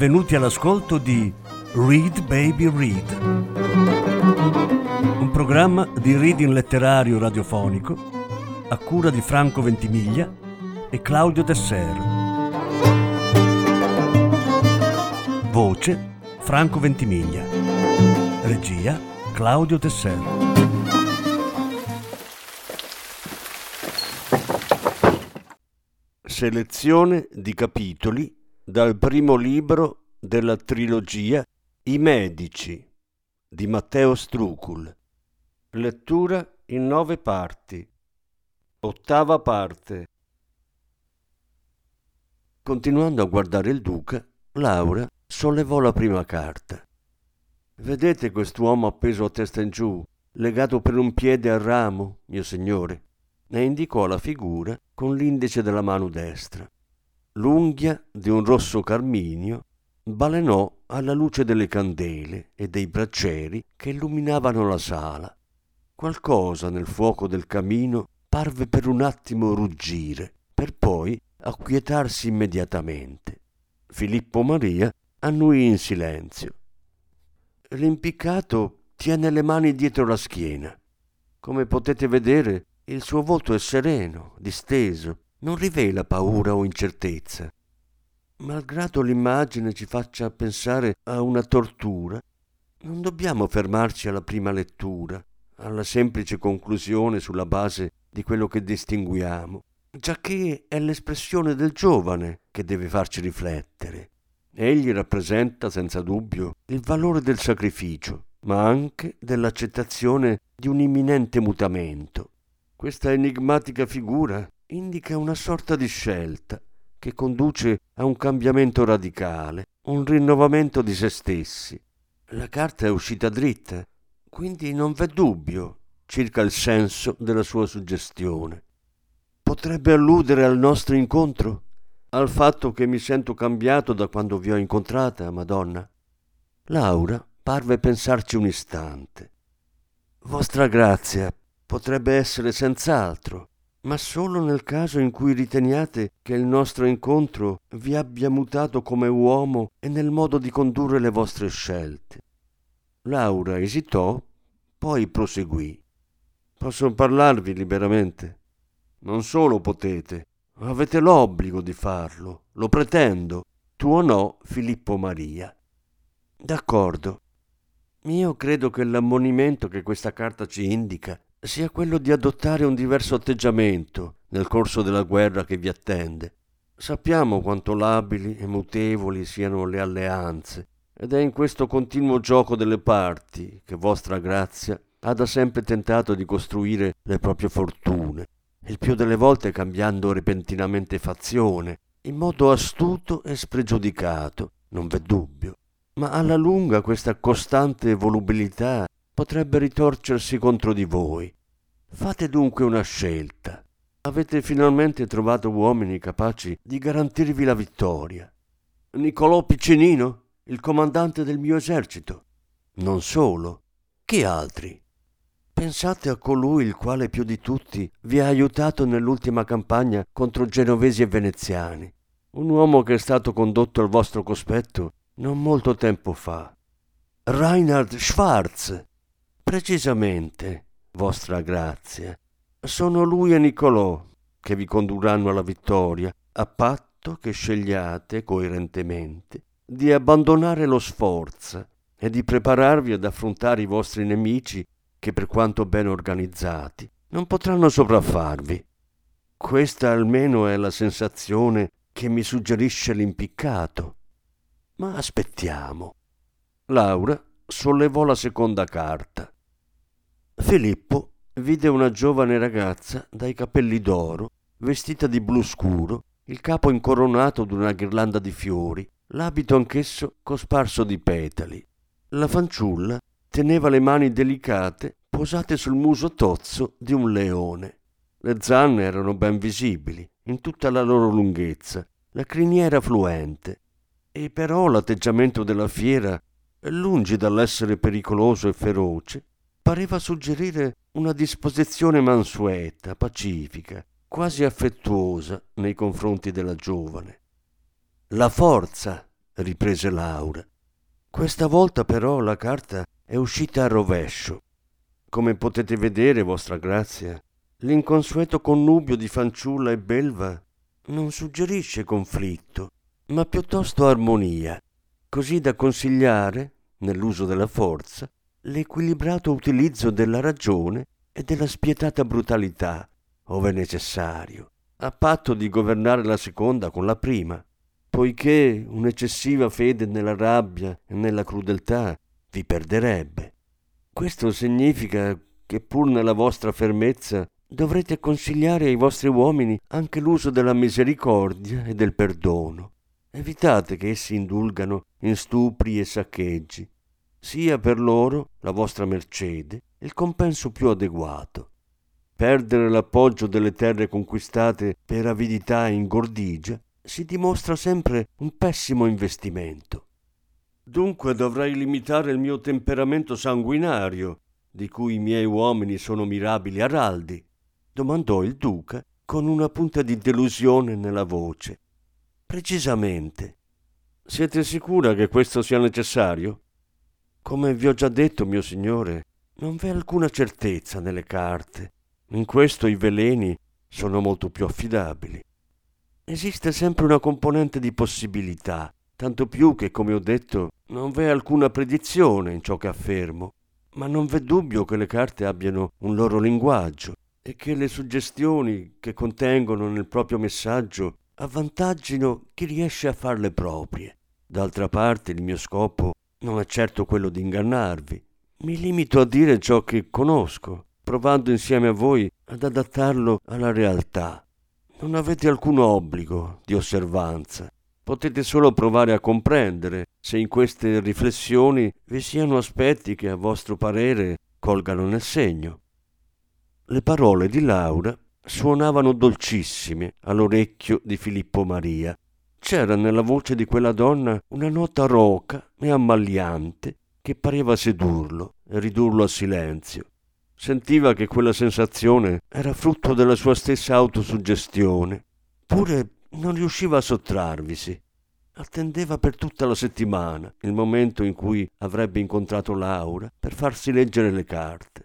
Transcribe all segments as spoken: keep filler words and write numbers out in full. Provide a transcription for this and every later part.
benvenuti all'ascolto di Read Baby Read, un programma di reading letterario radiofonico a cura di Franco Ventimiglia e Claudio Desser. Voce Franco Ventimiglia. Regia Claudio Desser. Selezione di capitoli dal primo libro della trilogia I Medici di Matteo Strucul. Lettura in nove parti. Ottava parte. Continuando a guardare il duca, Laura sollevò la prima carta. «Vedete quest'uomo appeso a testa in giù, legato per un piede al ramo, mio signore?» E indicò la figura con l'indice della mano destra. L'unghia di un rosso carminio balenò alla luce delle candele e dei bracieri che illuminavano la sala. Qualcosa nel fuoco del camino parve per un attimo ruggire, per poi acquietarsi immediatamente. Filippo Maria annuì in silenzio. L'impiccato tiene le mani dietro la schiena. Come potete vedere, il suo volto è sereno, disteso, non rivela paura o incertezza. Malgrado l'immagine ci faccia pensare a una tortura, non dobbiamo fermarci alla prima lettura, alla semplice conclusione sulla base di quello che distinguiamo, giacché è l'espressione del giovane che deve farci riflettere. Egli rappresenta senza dubbio il valore del sacrificio, ma anche dell'accettazione di un imminente mutamento. Questa enigmatica figura indica una sorta di scelta che conduce a un cambiamento radicale, un rinnovamento di se stessi. La carta è uscita dritta, quindi non v'è dubbio circa il senso della sua suggestione. Potrebbe alludere al nostro incontro? Al fatto che mi sento cambiato da quando vi ho incontrata, Madonna? Laura parve pensarci un istante. Vostra grazia potrebbe essere senz'altro, ma solo nel caso in cui riteniate che il nostro incontro vi abbia mutato come uomo e nel modo di condurre le vostre scelte. Laura esitò, poi proseguì. Posso parlarvi liberamente? Non solo potete, avete l'obbligo di farlo, lo pretendo, tuonò Filippo Maria. D'accordo. Io credo che l'ammonimento che questa carta ci indica sia quello di adottare un diverso atteggiamento nel corso della guerra che vi attende. Sappiamo quanto labili e mutevoli siano le alleanze, ed è in questo continuo gioco delle parti che vostra grazia ha da sempre tentato di costruire le proprie fortune, il più delle volte cambiando repentinamente fazione, in modo astuto e spregiudicato, non v'è dubbio. Ma alla lunga questa costante volubilità potrebbe ritorcersi contro di voi. Fate dunque una scelta. Avete finalmente trovato uomini capaci di garantirvi la vittoria. Niccolò Piccinino, il comandante del mio esercito. Non solo. Chi altri? Pensate a colui il quale più di tutti vi ha aiutato nell'ultima campagna contro genovesi e veneziani. Un uomo che è stato condotto al vostro cospetto non molto tempo fa. Reinhard Schwarz. Precisamente, vostra grazia. Sono lui e Niccolò che vi condurranno alla vittoria, a patto che scegliate coerentemente di abbandonare lo Sforza e di prepararvi ad affrontare i vostri nemici che, per quanto ben organizzati, non potranno sopraffarvi. Questa almeno è la sensazione che mi suggerisce l'impiccato. Ma aspettiamo. Laura sollevò la seconda carta. Filippo vide una giovane ragazza dai capelli d'oro, vestita di blu scuro, il capo incoronato d'una ghirlanda di fiori, l'abito anch'esso cosparso di petali. La fanciulla teneva le mani delicate posate sul muso tozzo di un leone. Le zanne erano ben visibili, in tutta la loro lunghezza, la criniera fluente, e però l'atteggiamento della fiera, lungi dall'essere pericoloso e feroce, pareva suggerire una disposizione mansueta, pacifica, quasi affettuosa nei confronti della giovane. La forza, riprese Laura. Questa volta però la carta è uscita a rovescio. Come potete vedere, vostra grazia, l'inconsueto connubio di fanciulla e belva non suggerisce conflitto, ma piuttosto armonia, così da consigliare, nell'uso della forza, l'equilibrato utilizzo della ragione e della spietata brutalità, ove necessario, a patto di governare la seconda con la prima, poiché un'eccessiva fede nella rabbia e nella crudeltà vi perderebbe. Questo significa che pur nella vostra fermezza dovrete consigliare ai vostri uomini anche l'uso della misericordia e del perdono. Evitate che essi indulgano in stupri e saccheggi. Sia per loro, la vostra mercede, il compenso più adeguato. Perdere l'appoggio delle terre conquistate per avidità e ingordigia si dimostra sempre un pessimo investimento. Dunque dovrei limitare il mio temperamento sanguinario, di cui i miei uomini sono mirabili araldi? Domandò il duca con una punta di delusione nella voce. Precisamente. Siete sicura che questo sia necessario? Come vi ho già detto, mio signore, non v'è alcuna certezza nelle carte. In questo i veleni sono molto più affidabili. Esiste sempre una componente di possibilità, tanto più che, come ho detto, non v'è alcuna predizione in ciò che affermo, ma non v'è dubbio che le carte abbiano un loro linguaggio e che le suggestioni che contengono nel proprio messaggio avvantaggino chi riesce a farle proprie. D'altra parte, il mio scopo non è certo quello di ingannarvi. Mi limito a dire ciò che conosco, provando insieme a voi ad adattarlo alla realtà. Non avete alcun obbligo di osservanza. Potete solo provare a comprendere se in queste riflessioni vi siano aspetti che a vostro parere colgano nel segno. Le parole di Laura suonavano dolcissime all'orecchio di Filippo Maria. C'era nella voce di quella donna una nota roca e ammagliante che pareva sedurlo e ridurlo al silenzio. Sentiva che quella sensazione era frutto della sua stessa autosuggestione, pure non riusciva a sottrarvisi. Attendeva per tutta la settimana il momento in cui avrebbe incontrato Laura per farsi leggere le carte.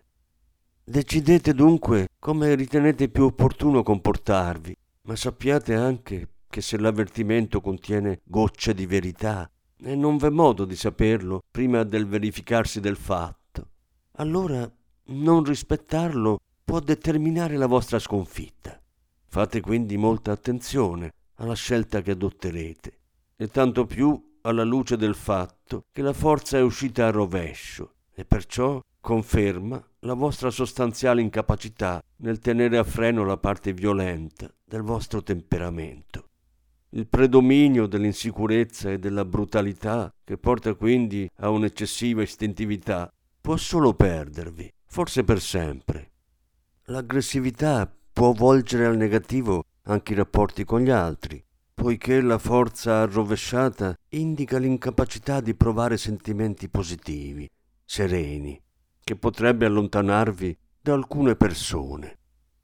Decidete dunque come ritenete più opportuno comportarvi, ma sappiate anche che se l'avvertimento contiene gocce di verità e non v'è modo di saperlo prima del verificarsi del fatto, allora non rispettarlo può determinare la vostra sconfitta. Fate quindi molta attenzione alla scelta che adotterete, e tanto più alla luce del fatto che la forza è uscita a rovescio e perciò conferma la vostra sostanziale incapacità nel tenere a freno la parte violenta del vostro temperamento. Il predominio dell'insicurezza e della brutalità, che porta quindi a un'eccessiva istintività, può solo perdervi, forse per sempre. L'aggressività può volgere al negativo anche i rapporti con gli altri, poiché la forza arrovesciata indica l'incapacità di provare sentimenti positivi, sereni, che potrebbe allontanarvi da alcune persone.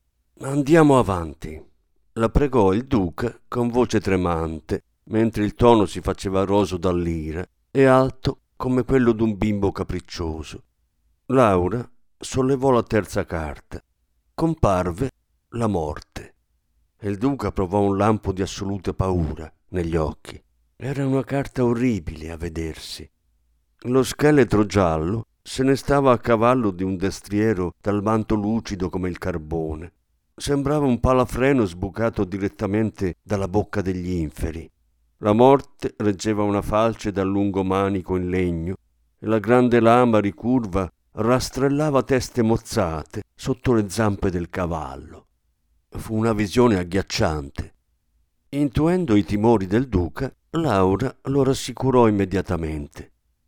Andiamo avanti, la pregò il duca con voce tremante, mentre il tono si faceva roso dall'ira e alto come quello d'un bimbo capriccioso. Laura sollevò la terza carta. Comparve la morte. Il duca provò un lampo di assoluta paura negli occhi. Era una carta orribile a vedersi. Lo scheletro giallo se ne stava a cavallo di un destriero dal manto lucido come il carbone. Sembrava un palafreno sbucato direttamente dalla bocca degli inferi. La morte reggeva una falce dal lungo manico in legno e la grande lama ricurva rastrellava teste mozzate sotto le zampe del cavallo. Fu una visione agghiacciante. Intuendo i timori del duca, Laura lo rassicurò immediatamente.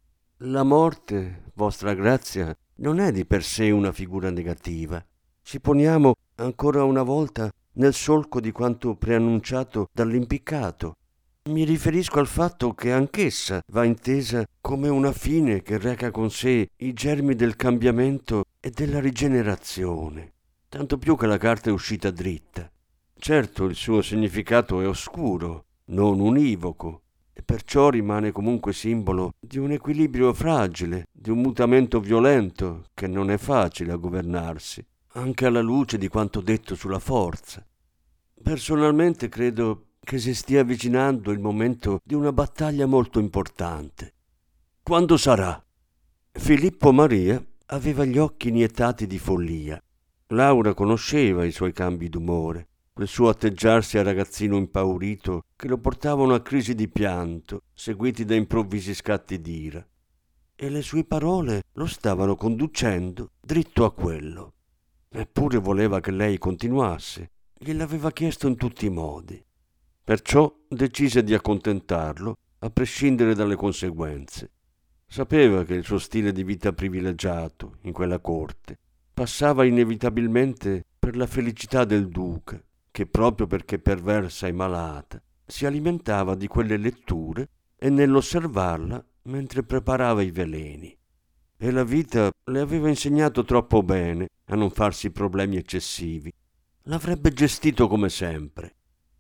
La morte, vostra grazia, non è di per sé una figura negativa. Ci poniamo ancora una volta nel solco di quanto preannunciato dall'impiccato. Mi riferisco al fatto che anch'essa va intesa come una fine che reca con sé i germi del cambiamento e della rigenerazione, tanto più che la carta è uscita dritta. Certo, il suo significato è oscuro, non univoco, e perciò rimane comunque simbolo di un equilibrio fragile, di un mutamento violento che non è facile a governarsi, anche alla luce di quanto detto sulla forza. Personalmente credo che si stia avvicinando il momento di una battaglia molto importante. Quando sarà? Filippo Maria aveva gli occhi iniettati di follia. Laura conosceva i suoi cambi d'umore, quel suo atteggiarsi a ragazzino impaurito che lo portavano a crisi di pianto, seguiti da improvvisi scatti d'ira. E le sue parole lo stavano conducendo dritto a quello. Eppure voleva che lei continuasse. Gliel'aveva chiesto in tutti i modi. Perciò decise di accontentarlo, a prescindere dalle conseguenze. Sapeva che il suo stile di vita privilegiato in quella corte passava inevitabilmente per la felicità del duca, che proprio perché perversa e malata si alimentava di quelle letture e nell'osservarla mentre preparava i veleni. E la vita le aveva insegnato troppo bene a non farsi problemi eccessivi. L'avrebbe gestito come sempre.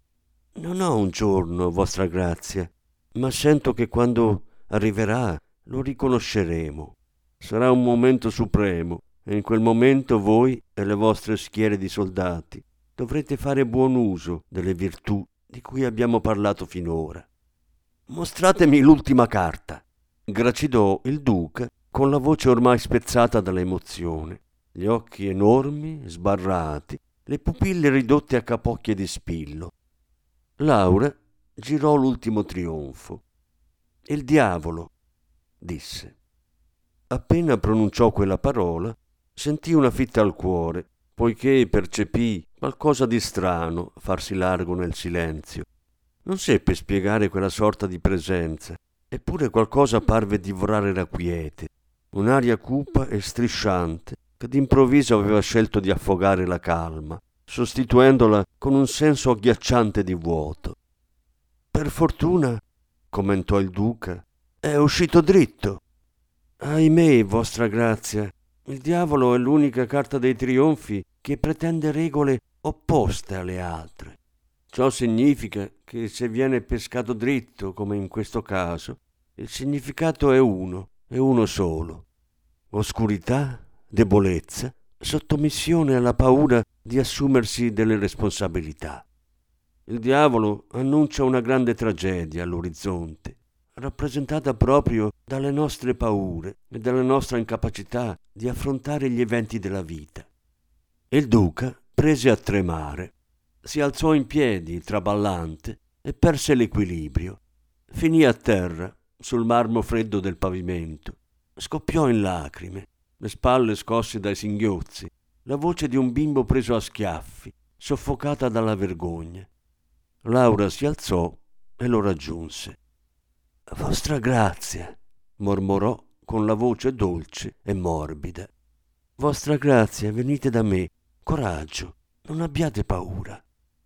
Non ho un giorno, vostra grazia, ma sento che quando arriverà lo riconosceremo. Sarà un momento supremo e in quel momento voi e le vostre schiere di soldati dovrete fare buon uso delle virtù di cui abbiamo parlato finora. Mostratemi l'ultima carta, gracidò il duca con la voce ormai spezzata dall'emozione, gli occhi enormi, sbarrati, le pupille ridotte a capocchie di spillo. Laura girò l'ultimo trionfo. Il diavolo, disse. Appena pronunciò quella parola, sentì una fitta al cuore, poiché percepì qualcosa di strano farsi largo nel silenzio. Non seppe spiegare quella sorta di presenza, eppure qualcosa parve divorare la quiete, un'aria cupa e strisciante che d'improvviso aveva scelto di affogare la calma, sostituendola con un senso agghiacciante di vuoto. Per fortuna, commentò il duca, è uscito dritto. Ahimè, vostra grazia, il diavolo è l'unica carta dei trionfi che pretende regole opposte alle altre. Ciò significa che se viene pescato dritto, come in questo caso, il significato è uno, e uno solo. Oscurità, debolezza, sottomissione alla paura di assumersi delle responsabilità. Il diavolo annuncia una grande tragedia all'orizzonte, rappresentata proprio dalle nostre paure e dalla nostra incapacità di affrontare gli eventi della vita. Il duca prese a tremare, si alzò in piedi traballante e perse l'equilibrio. Finì a terra, sul marmo freddo del pavimento. Scoppiò in lacrime, le spalle scosse dai singhiozzi, la voce di un bimbo preso a schiaffi, soffocata dalla vergogna. Laura si alzò e lo raggiunse. «Vostra grazia», mormorò con la voce dolce e morbida. «Vostra grazia, venite da me. Coraggio, non abbiate paura».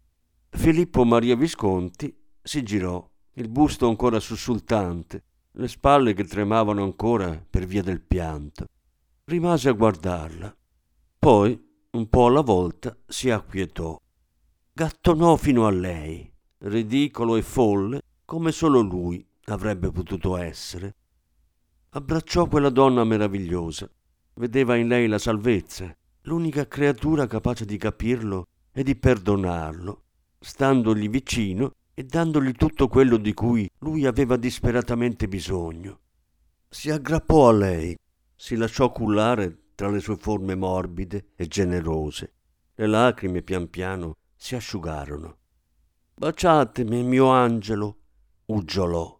Filippo Maria Visconti si girò, il busto ancora sussultante, le spalle che tremavano ancora per via del pianto. Rimase a guardarla. Poi, un po' alla volta, si acquietò. Gattonò fino a lei, ridicolo e folle come solo lui avrebbe potuto essere. Abbracciò quella donna meravigliosa. Vedeva in lei la salvezza, l'unica creatura capace di capirlo e di perdonarlo, standogli vicino e dandogli tutto quello di cui lui aveva disperatamente bisogno. Si aggrappò a lei, si lasciò cullare tra le sue forme morbide e generose. Le lacrime pian piano si asciugarono. «Baciatemi, mio angelo», uggiolò.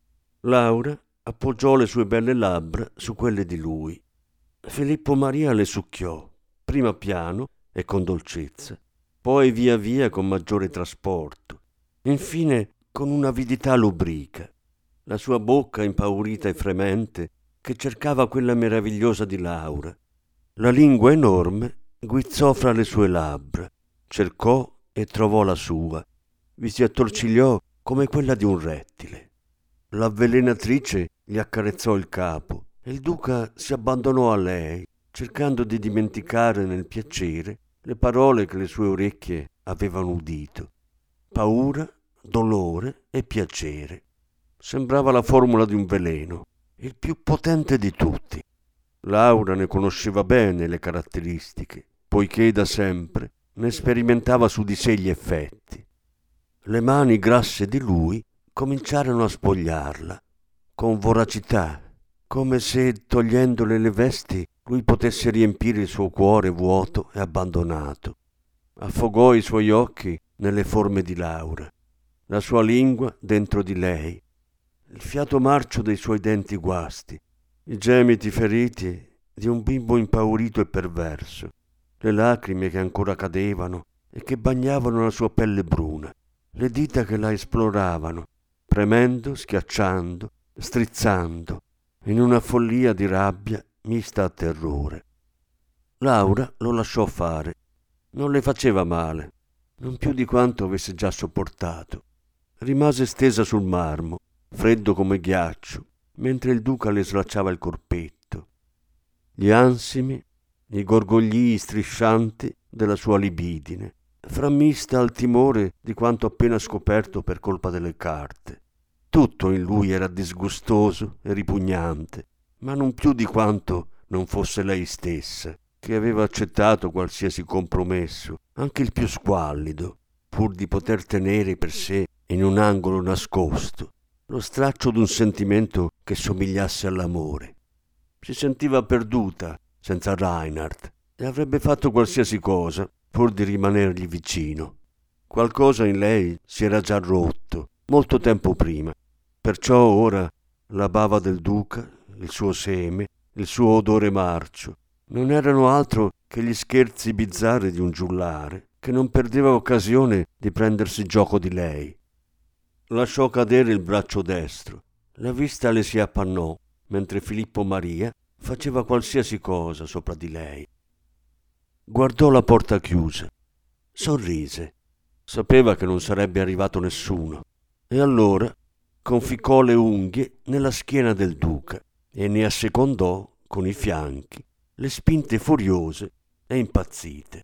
Laura appoggiò le sue belle labbra su quelle di lui. Filippo Maria le succhiò, prima piano e con dolcezza, poi via via con maggiore trasporto, infine con un'avidità lubrica. La sua bocca impaurita e fremente che cercava quella meravigliosa di Laura. La lingua enorme guizzò fra le sue labbra, cercò e trovò la sua, vi si attorcigliò come quella di un rettile. L'avvelenatrice gli accarezzò il capo e il duca si abbandonò a lei, cercando di dimenticare nel piacere le parole che le sue orecchie avevano udito. Paura, dolore e piacere. sembrava la formula di un veleno, il più potente di tutti. Laura ne conosceva bene le caratteristiche, poiché da sempre ne sperimentava su di sé gli effetti. Le mani grasse di lui cominciarono a spogliarla, con voracità, come se, togliendole le vesti, lui potesse riempire il suo cuore vuoto e abbandonato. Affogò i suoi occhi nelle forme di Laura, la sua lingua dentro di lei, il fiato marcio dei suoi denti guasti, i gemiti feriti di un bimbo impaurito e perverso, le lacrime che ancora cadevano e che bagnavano la sua pelle bruna, le dita che la esploravano, premendo, schiacciando, strizzando, in una follia di rabbia mista a terrore. Laura lo lasciò fare. Non le faceva male, non più di quanto avesse già sopportato. Rimase stesa sul marmo, freddo come ghiaccio, mentre il duca le slacciava il corpetto. Gli ansimi, i gorgoglii striscianti della sua libidine, frammista al timore di quanto appena scoperto per colpa delle carte. Tutto in lui era disgustoso e ripugnante, ma non più di quanto non fosse lei stessa, che aveva accettato qualsiasi compromesso, anche il più squallido, pur di poter tenere per sé, in un angolo nascosto, lo straccio d'un sentimento che somigliasse all'amore. Si sentiva perduta senza Reinhard e avrebbe fatto qualsiasi cosa pur di rimanergli vicino. Qualcosa in lei si era già rotto molto tempo prima, perciò ora la bava del duca, il suo seme, il suo odore marcio non erano altro che gli scherzi bizzarri di un giullare che non perdeva occasione di prendersi gioco di lei. Lasciò cadere il braccio destro, la vista le si appannò mentre Filippo Maria faceva qualsiasi cosa sopra di lei. Guardò la porta chiusa, sorrise, sapeva che non sarebbe arrivato nessuno e allora conficcò le unghie nella schiena del duca e ne assecondò con i fianchi le spinte furiose e impazzite.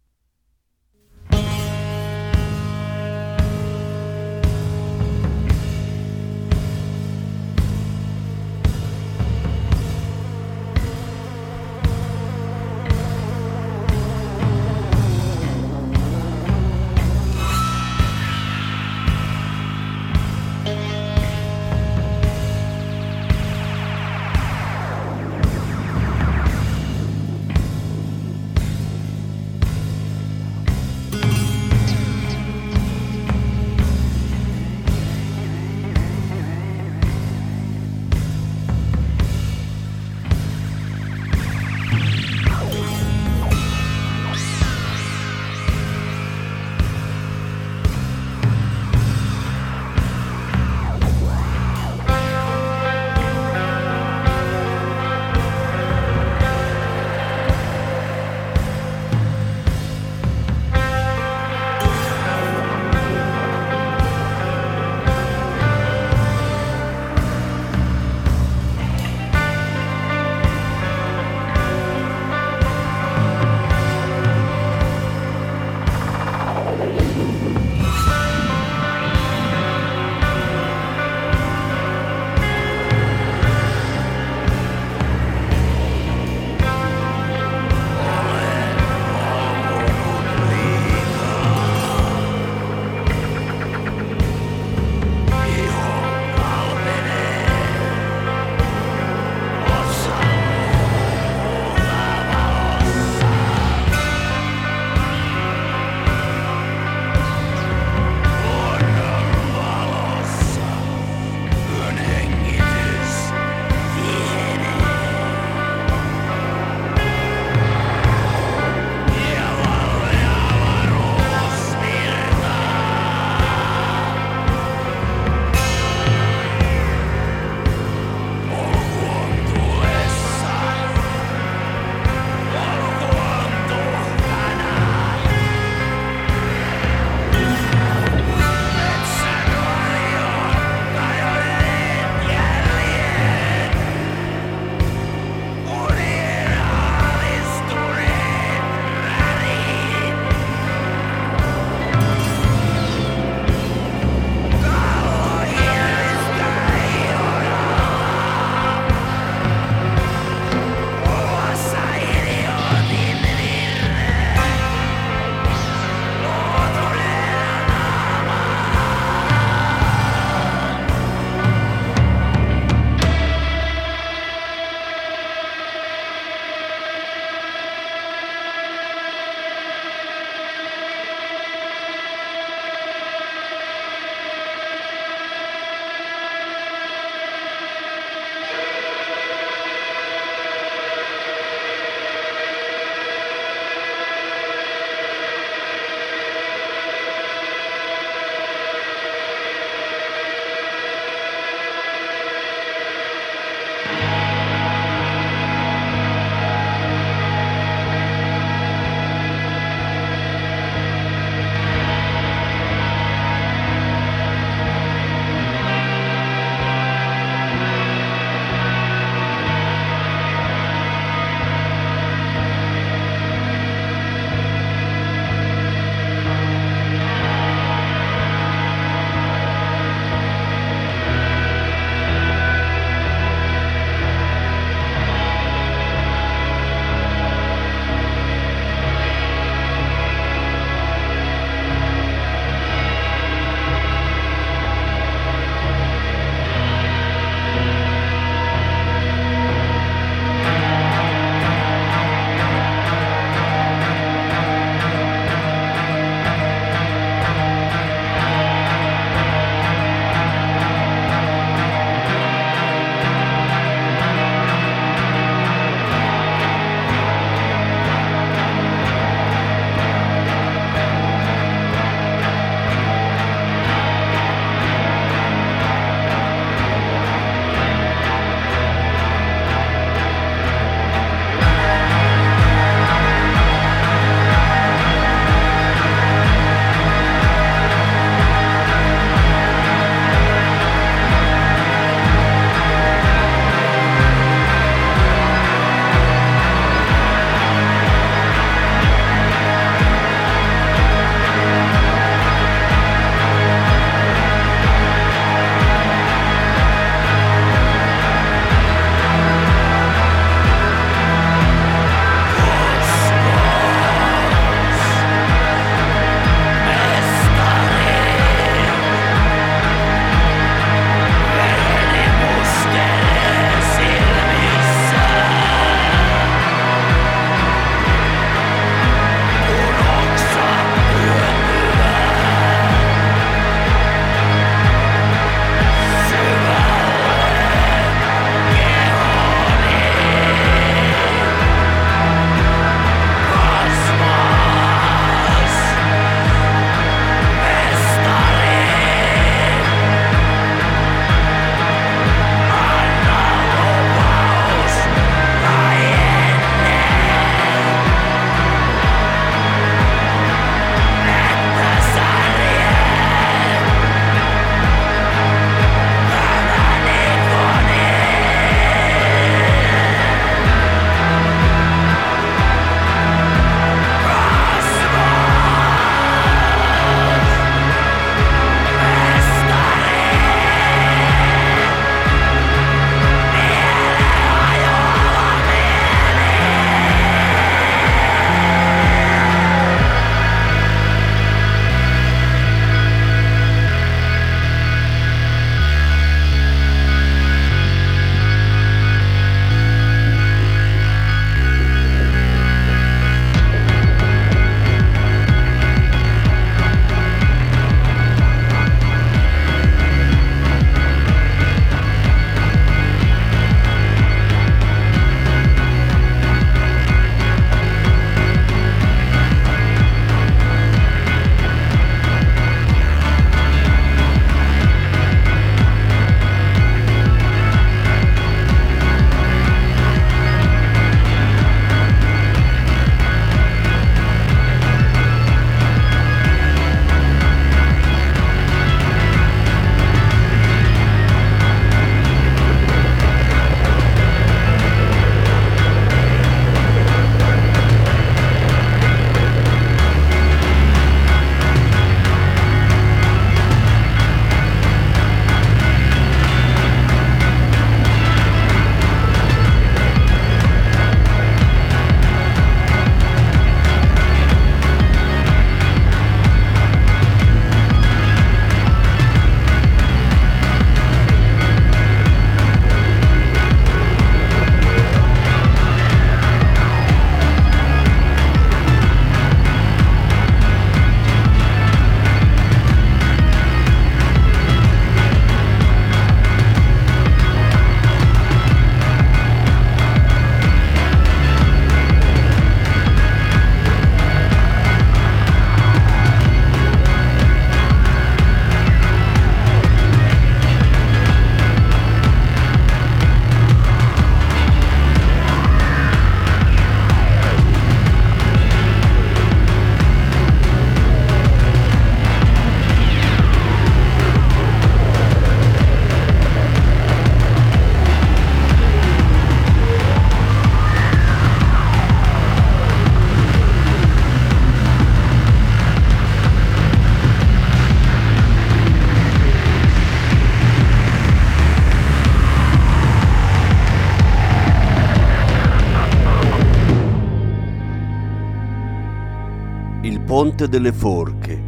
Il ponte delle forche.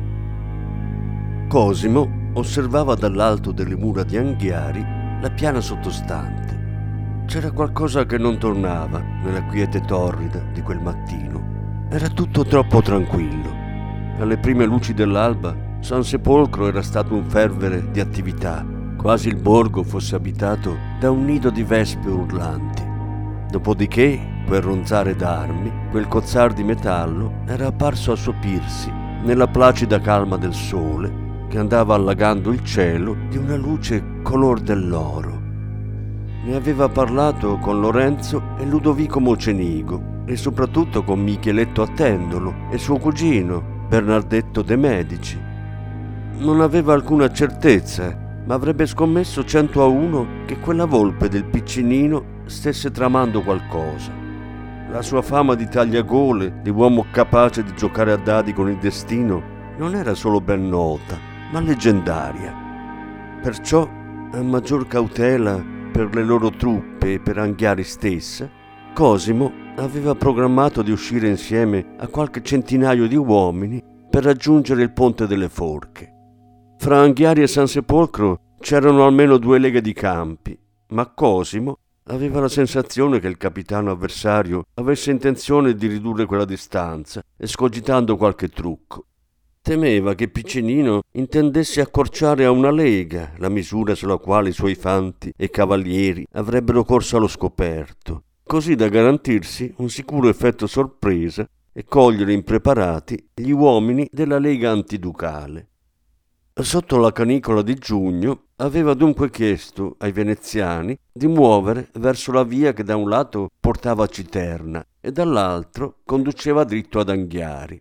Cosimo osservava dall'alto delle mura di Anghiari la piana sottostante. C'era qualcosa che non tornava nella quiete torrida di quel mattino. Era tutto troppo tranquillo. Alle prime luci dell'alba San Sepolcro era stato un fervere di attività, quasi il borgo fosse abitato da un nido di vespe urlanti. Dopodiché, quel ronzare d'armi, quel cozzar di metallo era apparso assopirsi nella placida calma del sole che andava allagando il cielo di una luce color dell'oro. Ne aveva parlato con Lorenzo e Ludovico Mocenigo e soprattutto con Micheletto Attendolo e suo cugino Bernardetto De Medici. Non aveva alcuna certezza, ma avrebbe scommesso cento a uno che quella volpe del piccinino stesse tramando qualcosa. La sua fama di tagliagole, di uomo capace di giocare a dadi con il destino, non era solo ben nota, ma leggendaria. Perciò, a maggior cautela per le loro truppe e per Anghiari stessa, Cosimo aveva programmato di uscire insieme a qualche centinaio di uomini per raggiungere il ponte delle forche. Fra Anghiari e San Sepolcro c'erano almeno due leghe di campi, ma Cosimo aveva la sensazione che il capitano avversario avesse intenzione di ridurre quella distanza, escogitando qualche trucco. Temeva che Piccinino intendesse accorciare a una lega la misura sulla quale i suoi fanti e cavalieri avrebbero corso allo scoperto, così da garantirsi un sicuro effetto sorpresa e cogliere impreparati gli uomini della lega antiducale. Sotto la canicola di giugno aveva dunque chiesto ai veneziani di muovere verso la via che da un lato portava a Citerna e dall'altro conduceva dritto ad Anghiari.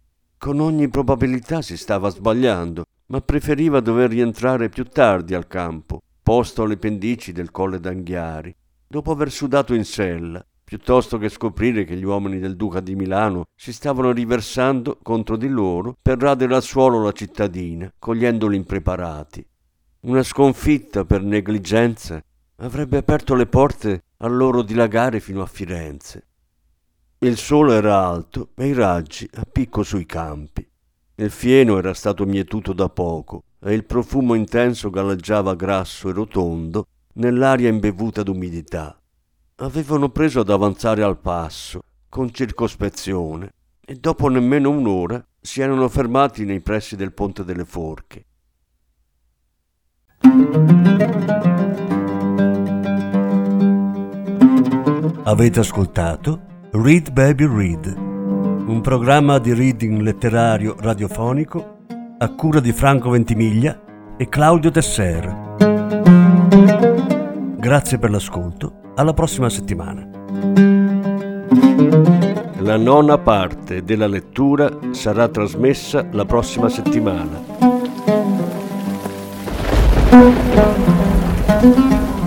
Con ogni probabilità si stava sbagliando, ma preferiva dover rientrare più tardi al campo, posto alle pendici del colle d'Anghiari, dopo aver sudato in sella, piuttosto che scoprire che gli uomini del Duca di Milano si stavano riversando contro di loro per radere al suolo la cittadina, cogliendoli impreparati. Una sconfitta per negligenza avrebbe aperto le porte a loro dilagare fino a Firenze. Il sole era alto e i raggi a picco sui campi. Il fieno era stato mietuto da poco e il profumo intenso galleggiava grasso e rotondo nell'aria imbevuta d'umidità. Avevano preso ad avanzare al passo, con circospezione, e dopo nemmeno un'ora si erano fermati nei pressi del Ponte delle Forche. Avete ascoltato Read Baby Read, un programma di reading letterario radiofonico a cura di Franco Ventimiglia e Claudio Tesser. Grazie per l'ascolto. Alla prossima settimana. La nona parte della lettura sarà trasmessa la prossima settimana.